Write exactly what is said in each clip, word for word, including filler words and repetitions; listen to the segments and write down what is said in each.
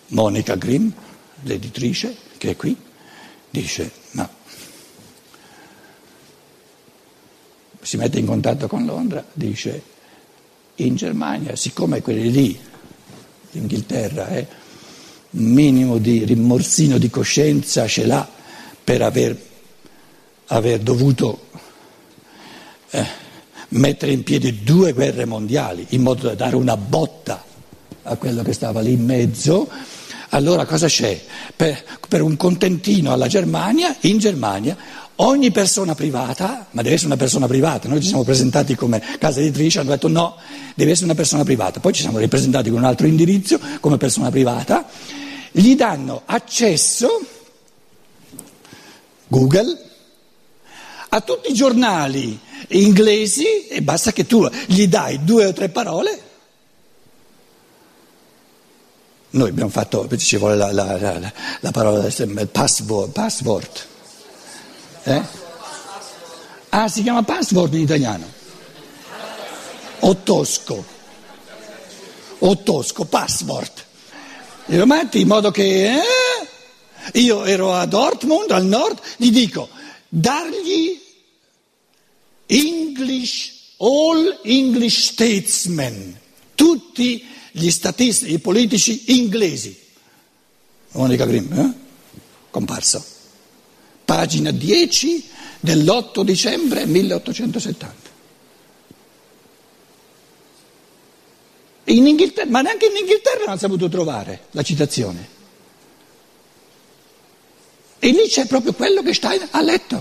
Monica Grimm, l'editrice, che è qui, dice, no, si mette in contatto con Londra, dice, in Germania, siccome quelli lì, l'Inghilterra, è un minimo di rimmorsino di coscienza ce l'ha per aver, aver dovuto eh, mettere in piedi due guerre mondiali in modo da dare una botta a quello che stava lì in mezzo, allora cosa c'è? Per, per un contentino alla Germania, in Germania, ogni persona privata, ma deve essere una persona privata, noi ci siamo presentati come casa editrice, hanno detto no, deve essere una persona privata, poi ci siamo ripresentati con un altro indirizzo come persona privata, gli danno accesso, Google, a tutti i giornali inglesi e basta che tu gli dai due o tre parole. Noi abbiamo fatto, ci vuole la, la, la, la parola, il password, password. Eh? Ah, si chiama password in italiano. Ottosco. Ottosco, password. E lo metti in modo che... Eh? Io ero a Dortmund, al nord, gli dico, dargli English, all English statesmen, tutti gli statisti, i politici inglesi. Monica Grimm, eh? Comparso. Pagina dieci dell'otto dicembre milleottocentosettanta. In Inghilterra, ma neanche in Inghilterra non ha saputo trovare la citazione. E lì c'è proprio quello che Stein ha letto.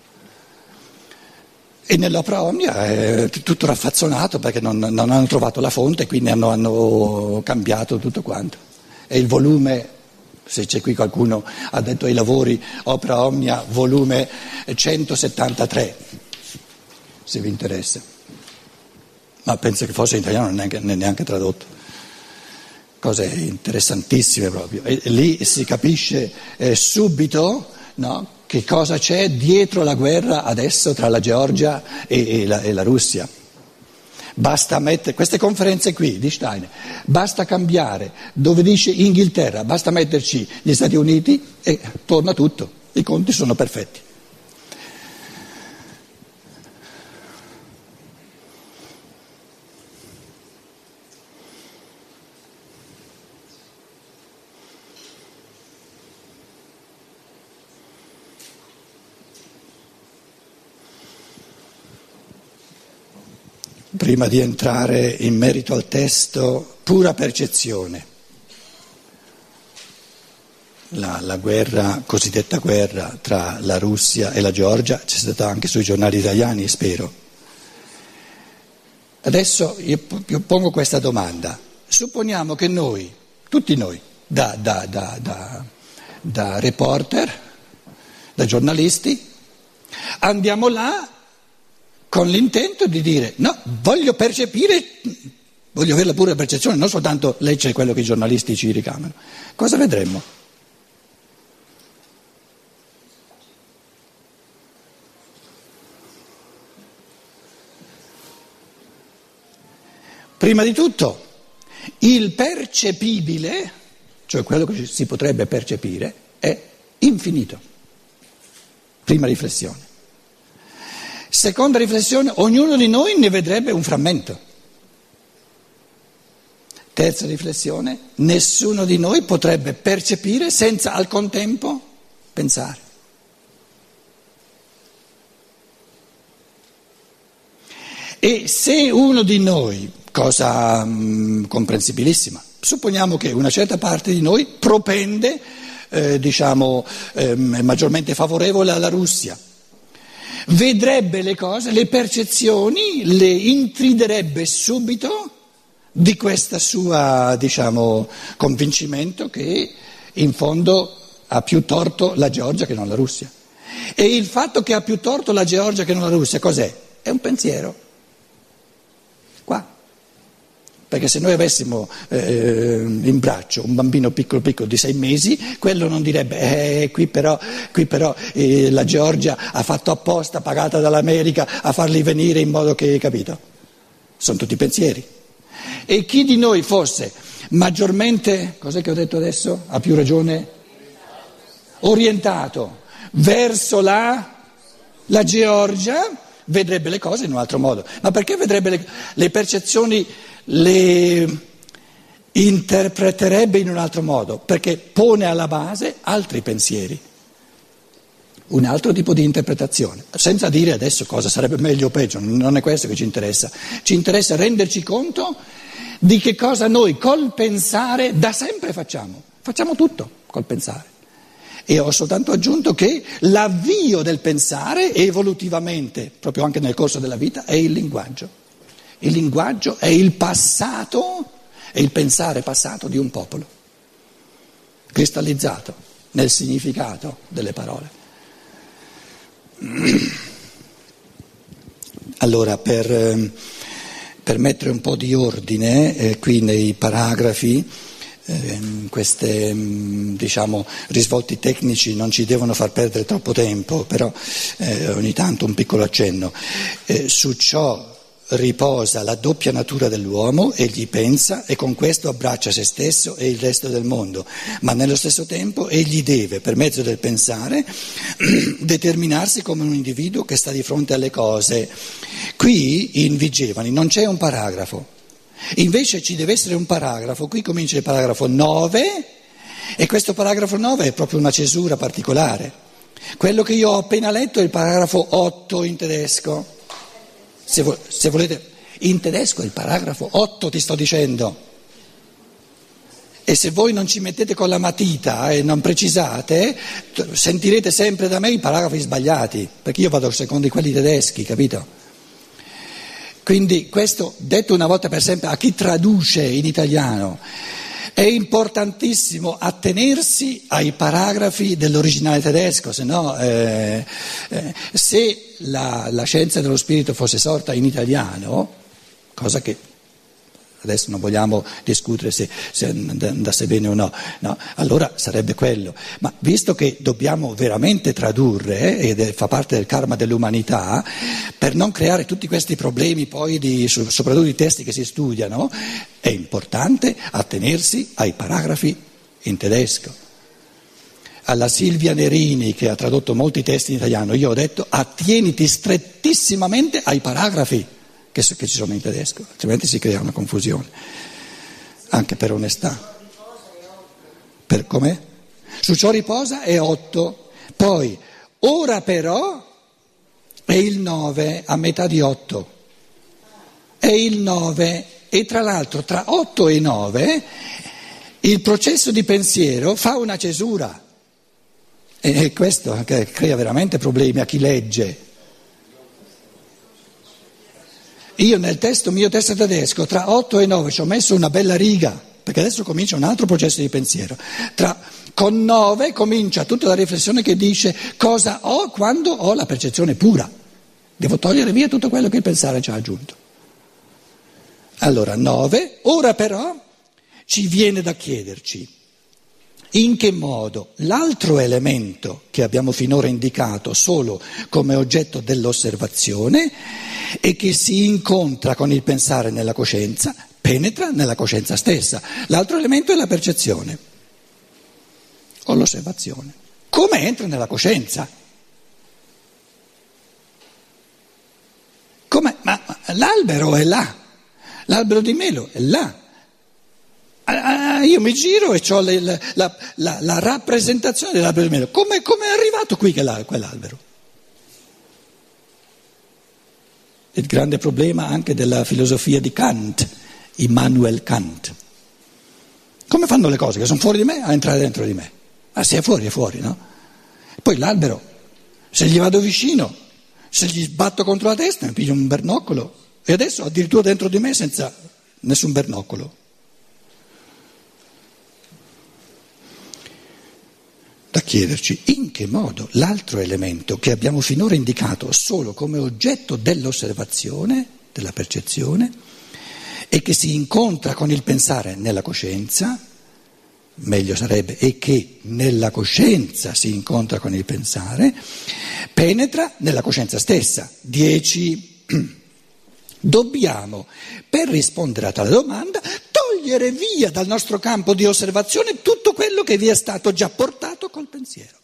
E nell'opera Omnia è tutto raffazzonato perché non, non hanno trovato la fonte, quindi hanno, hanno cambiato tutto quanto. E il volume, se c'è qui qualcuno ha detto ai lavori, opera Omnia, volume centosettantatré, se vi interessa. Ma penso che fosse in italiano, non è neanche, neanche tradotto. Cose interessantissime proprio. E lì si capisce eh, subito, no? Che cosa c'è dietro la guerra adesso tra la Georgia e, e, la, e la Russia. Basta mettere queste conferenze qui di Stein, basta cambiare dove dice Inghilterra, basta metterci gli Stati Uniti e torna tutto, i conti sono perfetti. Prima di entrare in merito al testo, pura percezione. La, la guerra, cosiddetta guerra tra la Russia e la Georgia, c'è stata anche sui giornali italiani, spero. Adesso io, io pongo questa domanda. Supponiamo che noi, tutti noi, da, da, da, da, da reporter, da giornalisti, andiamo là con l'intento di dire no, voglio percepire, voglio avere la pura percezione, non soltanto leggere quello che i giornalisti ci ricamano. Cosa vedremmo? Prima di tutto, il percepibile, cioè quello che si potrebbe percepire, è infinito. Prima riflessione. Seconda riflessione, ognuno di noi ne vedrebbe un frammento. Terza riflessione, nessuno di noi potrebbe percepire senza al contempo pensare. E se uno di noi, cosa mh, comprensibilissima, supponiamo che una certa parte di noi propende, eh, diciamo, eh, maggiormente favorevole alla Russia, vedrebbe le cose, le percezioni, le intriderebbe subito di questo suo, diciamo, convincimento che in fondo ha più torto la Georgia che non la Russia. E il fatto che ha più torto la Georgia che non la Russia, cos'è? È un pensiero. Qua. Perché se noi avessimo eh, in braccio un bambino piccolo piccolo di sei mesi, quello non direbbe eh, qui però, qui però eh, la Georgia ha fatto apposta, pagata dall'America, a farli venire in modo che, capito? Sono tutti pensieri. E chi di noi fosse maggiormente, cos'è che ho detto adesso? Ha più ragione? Orientato verso la, la Georgia, vedrebbe le cose in un altro modo. Ma perché vedrebbe le, le percezioni, le interpreterebbe in un altro modo? Perché pone alla base altri pensieri, un altro tipo di interpretazione, senza dire adesso cosa sarebbe meglio o peggio, non è questo che ci interessa. Ci interessa renderci conto di che cosa noi col pensare da sempre facciamo, facciamo tutto col pensare. E ho soltanto aggiunto che l'avvio del pensare evolutivamente, proprio anche nel corso della vita, è il linguaggio. Il linguaggio è il passato, è il pensare passato di un popolo, cristallizzato nel significato delle parole. Allora, per, per mettere un po' di ordine eh, qui nei paragrafi, eh, questi diciamo, risvolti tecnici non ci devono far perdere troppo tempo, però eh, ogni tanto un piccolo accenno. Eh, su ciò riposa la doppia natura dell'uomo, egli pensa e con questo abbraccia se stesso e il resto del mondo, ma nello stesso tempo egli deve, per mezzo del pensare, determinarsi come un individuo che sta di fronte alle cose. Qui in Vigevani non c'è un paragrafo, invece ci deve essere un paragrafo, qui comincia il paragrafo nove e questo paragrafo nove è proprio una cesura particolare. Quello che io ho appena letto è il paragrafo otto in tedesco. Se, vo- se volete, in tedesco è il paragrafo otto, ti sto dicendo. E se voi non ci mettete con la matita e non precisate, t- sentirete sempre da me i paragrafi sbagliati, perché io vado secondo quelli tedeschi, capito? Quindi questo, detto una volta per sempre, a chi traduce in italiano, è importantissimo attenersi ai paragrafi dell'originale tedesco, se no eh, eh, se la, la scienza dello spirito fosse sorta in italiano, cosa che adesso non vogliamo discutere se, se andasse bene o no, no, allora sarebbe quello. Ma visto che dobbiamo veramente tradurre, eh, ed fa parte del karma dell'umanità, per non creare tutti questi problemi poi, di, soprattutto di testi che si studiano, è importante attenersi ai paragrafi in tedesco. Alla Silvia Nerini, che ha tradotto molti testi in italiano, io ho detto attieniti strettissimamente ai paragrafi che ci sono in tedesco, altrimenti si crea una confusione, anche per onestà. Per com'è? Su ciò riposa è otto, poi ora però è il nove, a metà di otto, è il nove e tra l'altro tra otto e nove il processo di pensiero fa una cesura e questo crea veramente problemi a chi legge. Io nel testo, mio testo tedesco, tra otto e nove ci ho messo una bella riga, perché adesso comincia un altro processo di pensiero. Tra, con nove comincia tutta la riflessione che dice cosa ho quando ho la percezione pura. Devo togliere via tutto quello che il pensare ci ha aggiunto. Allora, nove, ora però ci viene da chiederci in che modo l'altro elemento che abbiamo finora indicato solo come oggetto dell'osservazione e che si incontra con il pensare nella coscienza, penetra nella coscienza stessa. L'altro elemento è la percezione o l'osservazione. Come entra nella coscienza? Come? Ma, ma l'albero è là, l'albero di melo è là. Ah, io mi giro e ho le, la, la, la, la rappresentazione dell'albero di melo. Come, come è arrivato qui quell'albero? Il grande problema anche della filosofia di Kant, Immanuel Kant. Come fanno le cose che sono fuori di me a entrare dentro di me? Ah, se è fuori, è fuori, no? Poi l'albero, se gli vado vicino, se gli sbatto contro la testa, mi piglio un bernoccolo e adesso addirittura dentro di me senza nessun bernoccolo. Da chiederci in che modo l'altro elemento che abbiamo finora indicato solo come oggetto dell'osservazione, della percezione, e che si incontra con il pensare nella coscienza, meglio sarebbe, e che nella coscienza si incontra con il pensare, penetra nella coscienza stessa. Dieci. Dobbiamo, per rispondere a tale domanda, togliere togliere via dal nostro campo di osservazione tutto quello che vi è stato già portato col pensiero.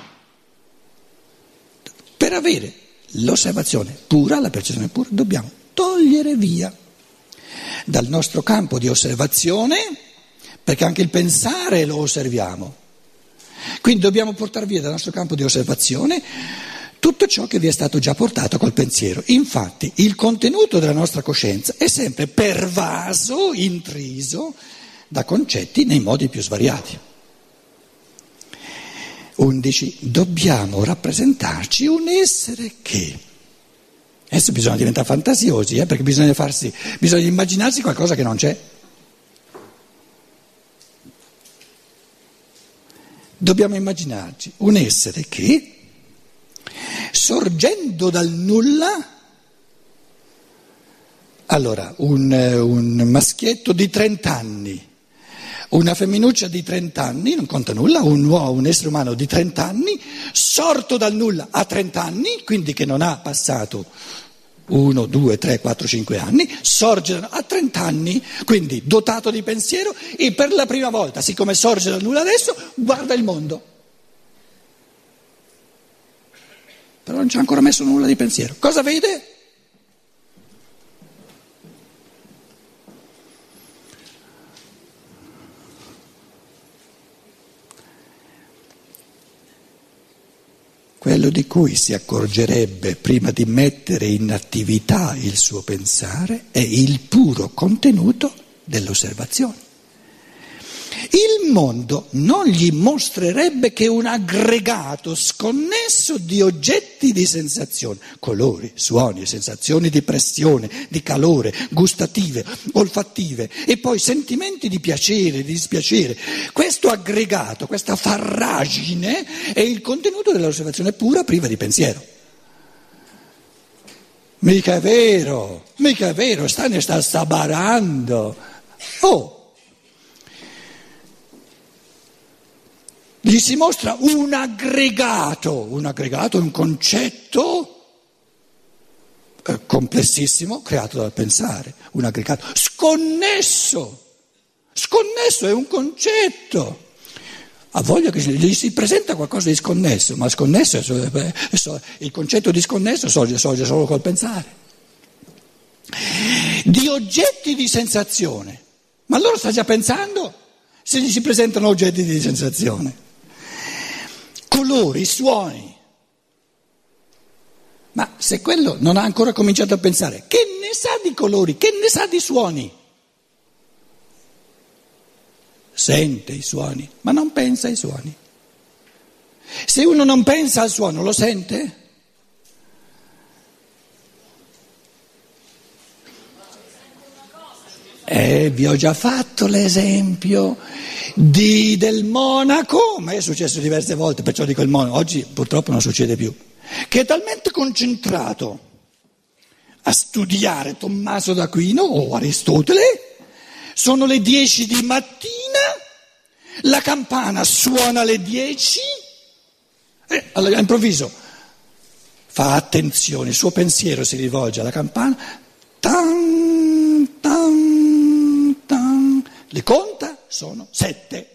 Per avere l'osservazione pura, la percezione pura, dobbiamo togliere via dal nostro campo di osservazione, perché anche il pensare lo osserviamo. Quindi dobbiamo portare via dal nostro campo di osservazione tutto ciò che vi è stato già portato col pensiero. Infatti il contenuto della nostra coscienza è sempre pervaso, intriso da concetti nei modi più svariati. undici. Dobbiamo rappresentarci un essere che. Adesso bisogna diventare fantasiosi, eh, perché bisogna farsi, bisogna immaginarsi qualcosa che non c'è. Dobbiamo immaginarci un essere che, sorgendo dal nulla, allora un, un maschietto di trent'anni, una femminuccia di trent'anni, non conta nulla, un uomo, un essere umano di trent'anni, sorto dal nulla a trent'anni, quindi che non ha passato uno, due, tre, quattro, cinque anni, sorge a trent'anni, quindi dotato di pensiero e per la prima volta, siccome sorge dal nulla adesso, guarda il mondo. Però non ci ha ancora messo nulla di pensiero. Cosa vede? Quello di cui si accorgerebbe prima di mettere in attività il suo pensare è il puro contenuto dell'osservazione. Il mondo non gli mostrerebbe che un aggregato sconnesso di oggetti di sensazione, colori, suoni, sensazioni di pressione, di calore, gustative, olfattive e poi sentimenti di piacere, di dispiacere. Questo aggregato, questa farragine è il contenuto dell'osservazione pura priva di pensiero. Mica è vero, mica è vero, sta ne sta sabarando. Oh! Gli si mostra un aggregato, un aggregato è un concetto eh, complessissimo creato dal pensare, un aggregato sconnesso, sconnesso è un concetto. Ha voglia che gli si presenta qualcosa di sconnesso, ma sconnesso è, è, è, il concetto di sconnesso sorge, sorge solo col pensare. Di oggetti di sensazione, ma allora sta già pensando se gli si presentano oggetti di sensazione. Colori, suoni, ma se quello non ha ancora cominciato a pensare, che ne sa di colori, che ne sa di suoni? Sente i suoni, ma non pensa ai suoni. Se uno non pensa al suono, lo sente? Eh, vi ho già fatto l'esempio di, del monaco, ma è successo diverse volte, perciò dico il monaco, oggi purtroppo non succede più, che è talmente concentrato a studiare Tommaso d'Aquino o Aristotele, sono le dieci di mattina, la campana suona alle dieci, e all'improvviso fa attenzione, il suo pensiero si rivolge alla campana, tan, tan, tan, le conta, sono sette.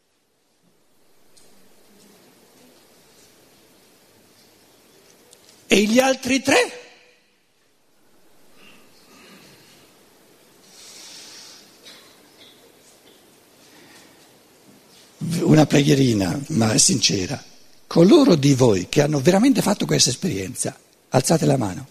E gli altri tre? Una preghierina, ma sincera. Coloro di voi che hanno veramente fatto questa esperienza, alzate la mano.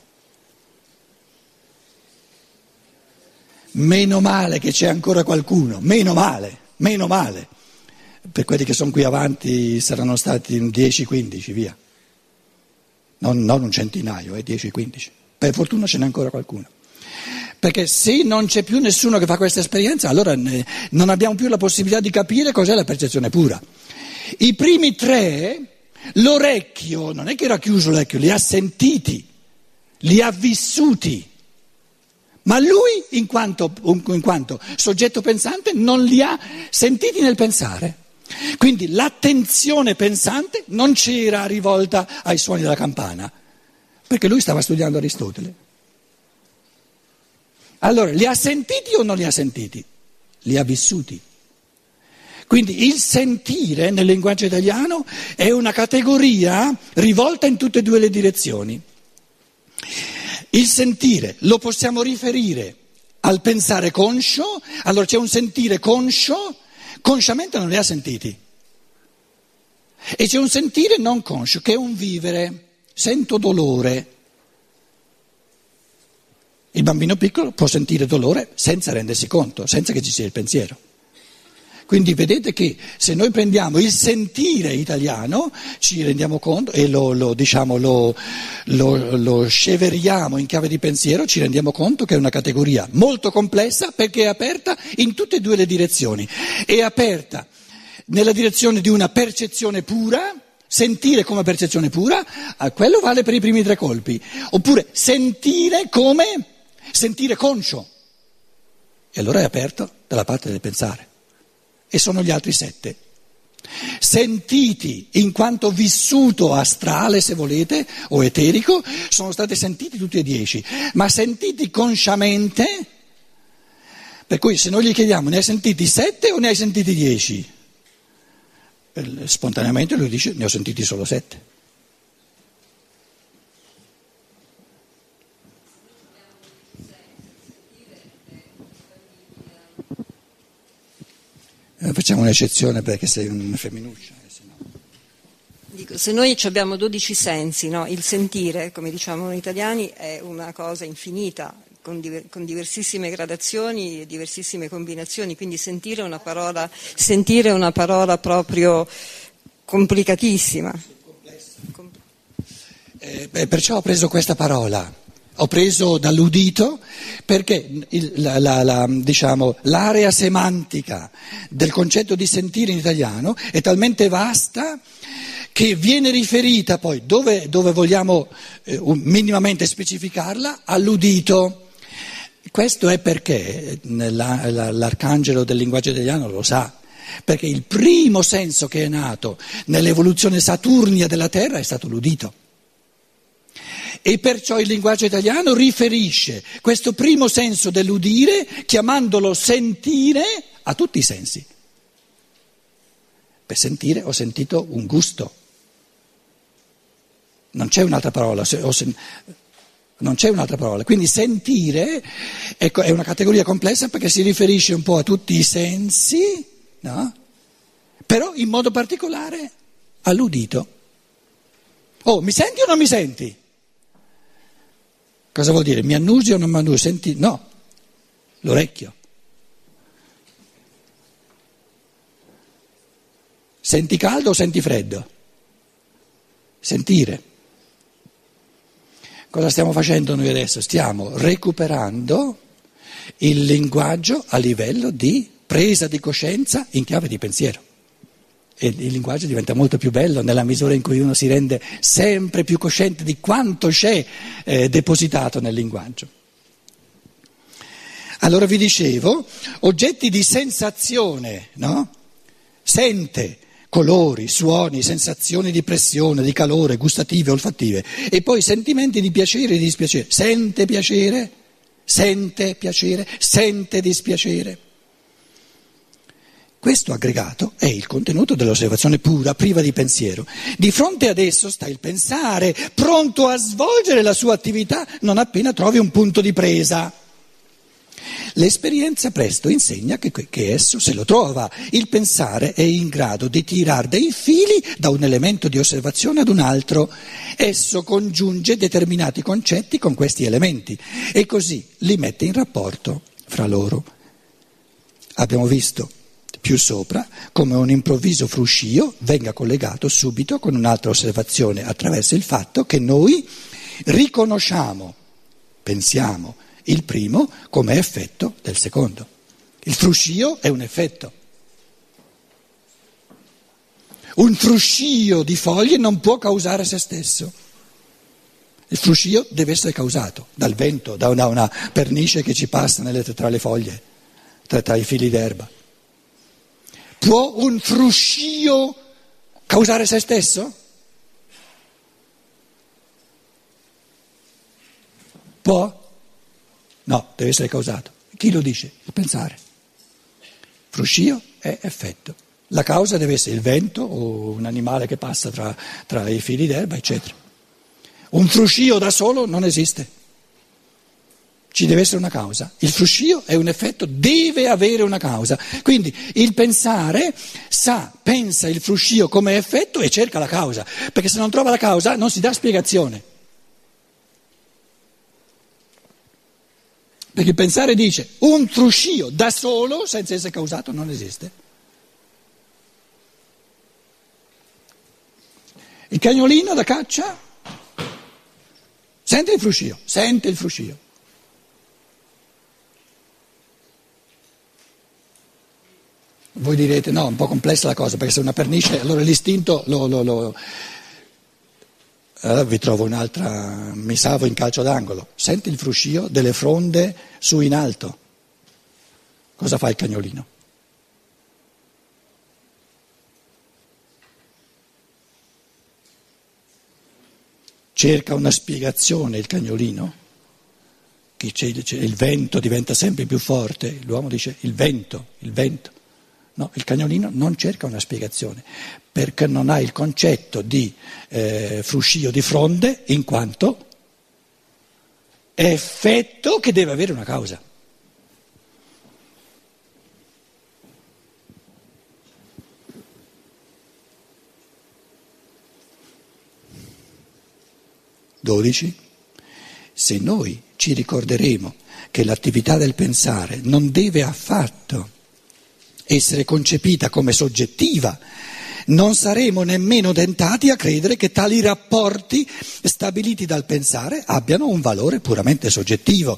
Meno male che c'è ancora qualcuno, meno male, meno male. Per quelli che sono qui avanti saranno stati un dieci quindici, via. Non, non un centinaio, eh, dieci quindici. Per fortuna ce n'è ancora qualcuno. Perché se non c'è più nessuno che fa questa esperienza, allora ne, non abbiamo più la possibilità di capire cos'è la percezione pura. I primi tre, l'orecchio, non è che era chiuso l'orecchio, li ha sentiti, li ha vissuti. Ma lui, in quanto, in quanto soggetto pensante, non li ha sentiti nel pensare. Quindi l'attenzione pensante non c'era rivolta ai suoni della campana, perché lui stava studiando Aristotele. Allora, li ha sentiti o non li ha sentiti? li ha vissuti. Quindi il sentire nel linguaggio italiano è una categoria rivolta in tutte e due le direzioni. Il sentire lo possiamo riferire al pensare conscio, allora c'è un sentire conscio, consciamente non li ha sentiti. E c'è un sentire non conscio, che è un vivere, sento dolore. Il bambino piccolo può sentire dolore senza rendersi conto, senza che ci sia il pensiero. Quindi vedete che se noi prendiamo il sentire italiano, ci rendiamo conto e lo, lo, diciamo, lo, lo, lo sceveriamo in chiave di pensiero, ci rendiamo conto che è una categoria molto complessa perché è aperta in tutte e due le direzioni. È aperta nella direzione di una percezione pura, sentire come percezione pura, quello vale per i primi tre colpi, oppure sentire come sentire conscio, e allora è aperto dalla parte del pensare. E sono gli altri sette. Sentiti in quanto vissuto astrale, se volete, o eterico, sono stati sentiti tutti e dieci, ma sentiti consciamente, per cui se noi gli chiediamo ne hai sentiti sette o ne hai sentiti dieci? Spontaneamente lui dice ne ho sentiti solo sette. Facciamo un'eccezione perché sei un femminuccia. Eh, se, no. Dico, se noi abbiamo dodici sensi, no? Il sentire, come diciamo noi italiani, è una cosa infinita, con, diver- con diversissime gradazioni e diversissime combinazioni, quindi sentire è una parola, sentire è una parola proprio complicatissima. Eh, beh, perciò ho preso questa parola. Ho preso dall'udito perché il, la, la, la, diciamo, l'area semantica del concetto di sentire in italiano è talmente vasta che viene riferita poi, dove, dove vogliamo eh, minimamente specificarla, all'udito. Questo è perché la, la, l'arcangelo del linguaggio italiano lo sa, perché il primo senso che è nato nell'evoluzione saturnia della Terra è stato l'udito. E perciò il linguaggio italiano riferisce questo primo senso dell'udire chiamandolo sentire a tutti i sensi. Per sentire ho sentito un gusto. Non c'è un'altra parola. Sen- non c'è un'altra parola. Quindi sentire ecco, è una categoria complessa perché si riferisce un po' a tutti i sensi, no? Però in modo particolare all'udito. Oh, mi senti o non mi senti? Cosa vuol dire? Mi annusi o non mi annusi? Senti? No, l'orecchio. Senti caldo o senti freddo? Sentire. Cosa stiamo facendo noi adesso? Stiamo recuperando il linguaggio a livello di presa di coscienza in chiave di pensiero. E il linguaggio diventa molto più bello nella misura in cui uno si rende sempre più cosciente di quanto c'è eh, depositato nel linguaggio. Allora vi dicevo, oggetti di sensazione, no? Sente, colori, suoni, sensazioni di pressione, di calore, gustative, olfattive, e poi sentimenti di piacere e di dispiacere. Sente piacere, sente piacere, sente dispiacere. Questo aggregato è il contenuto dell'osservazione pura, priva di pensiero. Di fronte ad esso sta il pensare, pronto a svolgere la sua attività non appena trovi un punto di presa. L'esperienza presto insegna che, che esso se lo trova. Il pensare è in grado di tirar dei fili da un elemento di osservazione ad un altro. Esso congiunge determinati concetti con questi elementi e così li mette in rapporto fra loro. Abbiamo visto più sopra come un improvviso fruscio venga collegato subito con un'altra osservazione attraverso il fatto che noi riconosciamo, pensiamo il primo come effetto del secondo. Il fruscio è un effetto. Un fruscio di foglie non può causare se stesso. Il fruscio deve essere causato dal vento, da una, una pernice che ci passa nelle, tra le foglie, tra, tra i fili d'erba. Può un fruscio causare se stesso? Può? No, deve essere causato. Chi lo dice? Il pensare. Fruscio è effetto. La causa deve essere il vento o un animale che passa tra, tra i fili d'erba, eccetera. Un fruscio da solo non esiste. Ci deve essere una causa. Il fruscio è un effetto, deve avere una causa. Quindi il pensare sa, pensa il fruscio come effetto e cerca la causa, perché se non trova la causa non si dà spiegazione. Perché il pensare dice un fruscio da solo, senza essere causato, non esiste. Il cagnolino da caccia sente il fruscio, sente il fruscio. Voi direte no, è un po' complessa la cosa, perché se una pernisce, allora l'istinto lo... lo, lo... Allora vi trovo un'altra, mi salvo in calcio d'angolo. Senti il fruscio delle fronde su in alto. Cosa fa il cagnolino? Cerca una spiegazione il cagnolino, che c'è, c'è, il vento diventa sempre più forte, l'uomo dice il vento, il vento. No, il cagnolino non cerca una spiegazione, perché non ha il concetto di eh, fruscio di fronde, in quanto è effetto che deve avere una causa. dodici. Se noi ci ricorderemo che l'attività del pensare non deve affatto essere concepita come soggettiva, non saremo nemmeno tentati a credere che tali rapporti stabiliti dal pensare abbiano un valore puramente soggettivo.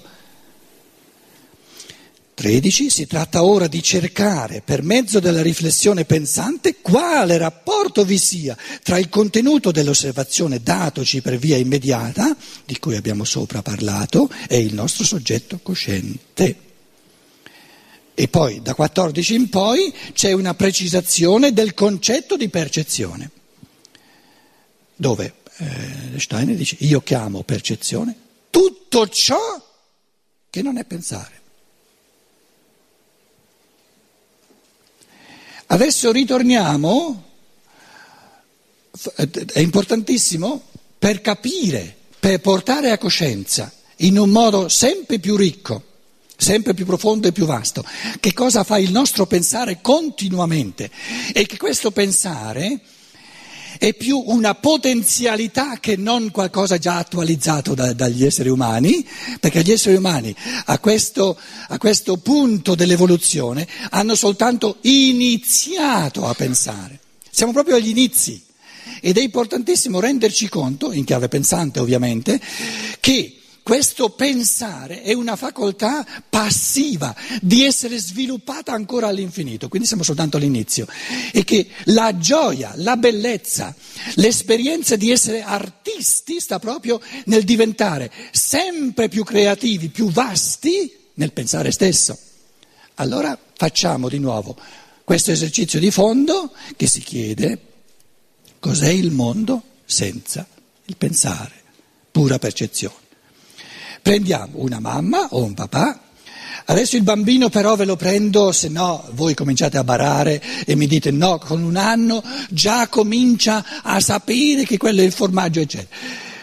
tredici. Si tratta ora di cercare, per mezzo della riflessione pensante, quale rapporto vi sia tra il contenuto dell'osservazione datoci per via immediata, di cui abbiamo sopra parlato, e il nostro soggetto cosciente. E poi da quattordici in poi c'è una precisazione del concetto di percezione, dove eh, Steiner dice io chiamo percezione tutto ciò che non è pensare. Adesso ritorniamo, è importantissimo per capire, per portare a coscienza in un modo sempre più ricco, sempre più profondo e più vasto, che cosa fa il nostro pensare continuamente e che questo pensare è più una potenzialità che non qualcosa già attualizzato da, dagli esseri umani, perché gli esseri umani a questo, a questo punto dell'evoluzione hanno soltanto iniziato a pensare, siamo proprio agli inizi ed è importantissimo renderci conto, in chiave pensante ovviamente, che questo pensare è una facoltà passiva di essere sviluppata ancora all'infinito, quindi siamo soltanto all'inizio, e che la gioia, la bellezza, l'esperienza di essere artisti sta proprio nel diventare sempre più creativi, più vasti nel pensare stesso. Allora facciamo di nuovo questo esercizio di fondo che si chiede: cos'è il mondo senza il pensare, pura percezione? Prendiamo una mamma o un papà, adesso il bambino però ve lo prendo, se no voi cominciate a barare e mi dite no, con un anno già comincia a sapere che quello è il formaggio, eccetera.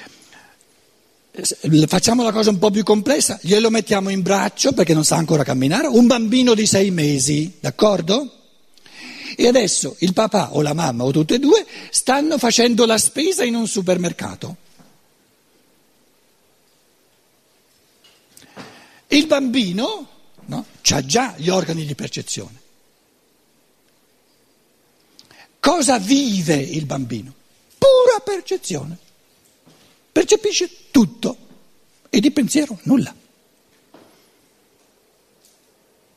Facciamo la cosa un po' più complessa, glielo mettiamo in braccio perché non sa ancora camminare, un bambino di sei mesi, d'accordo? E adesso il papà o la mamma o tutte e due stanno facendo la spesa in un supermercato. Il bambino, no, c'ha già gli organi di percezione. Cosa vive il bambino? Pura percezione. Percepisce tutto e di pensiero nulla.